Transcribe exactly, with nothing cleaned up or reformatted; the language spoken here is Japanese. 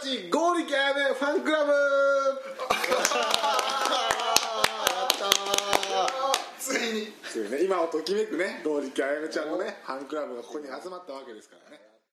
ち剛力あやめファンクラブついについにね、今をときめくね剛力あやめちゃんのねファンクラブがここに集まったわけですからね。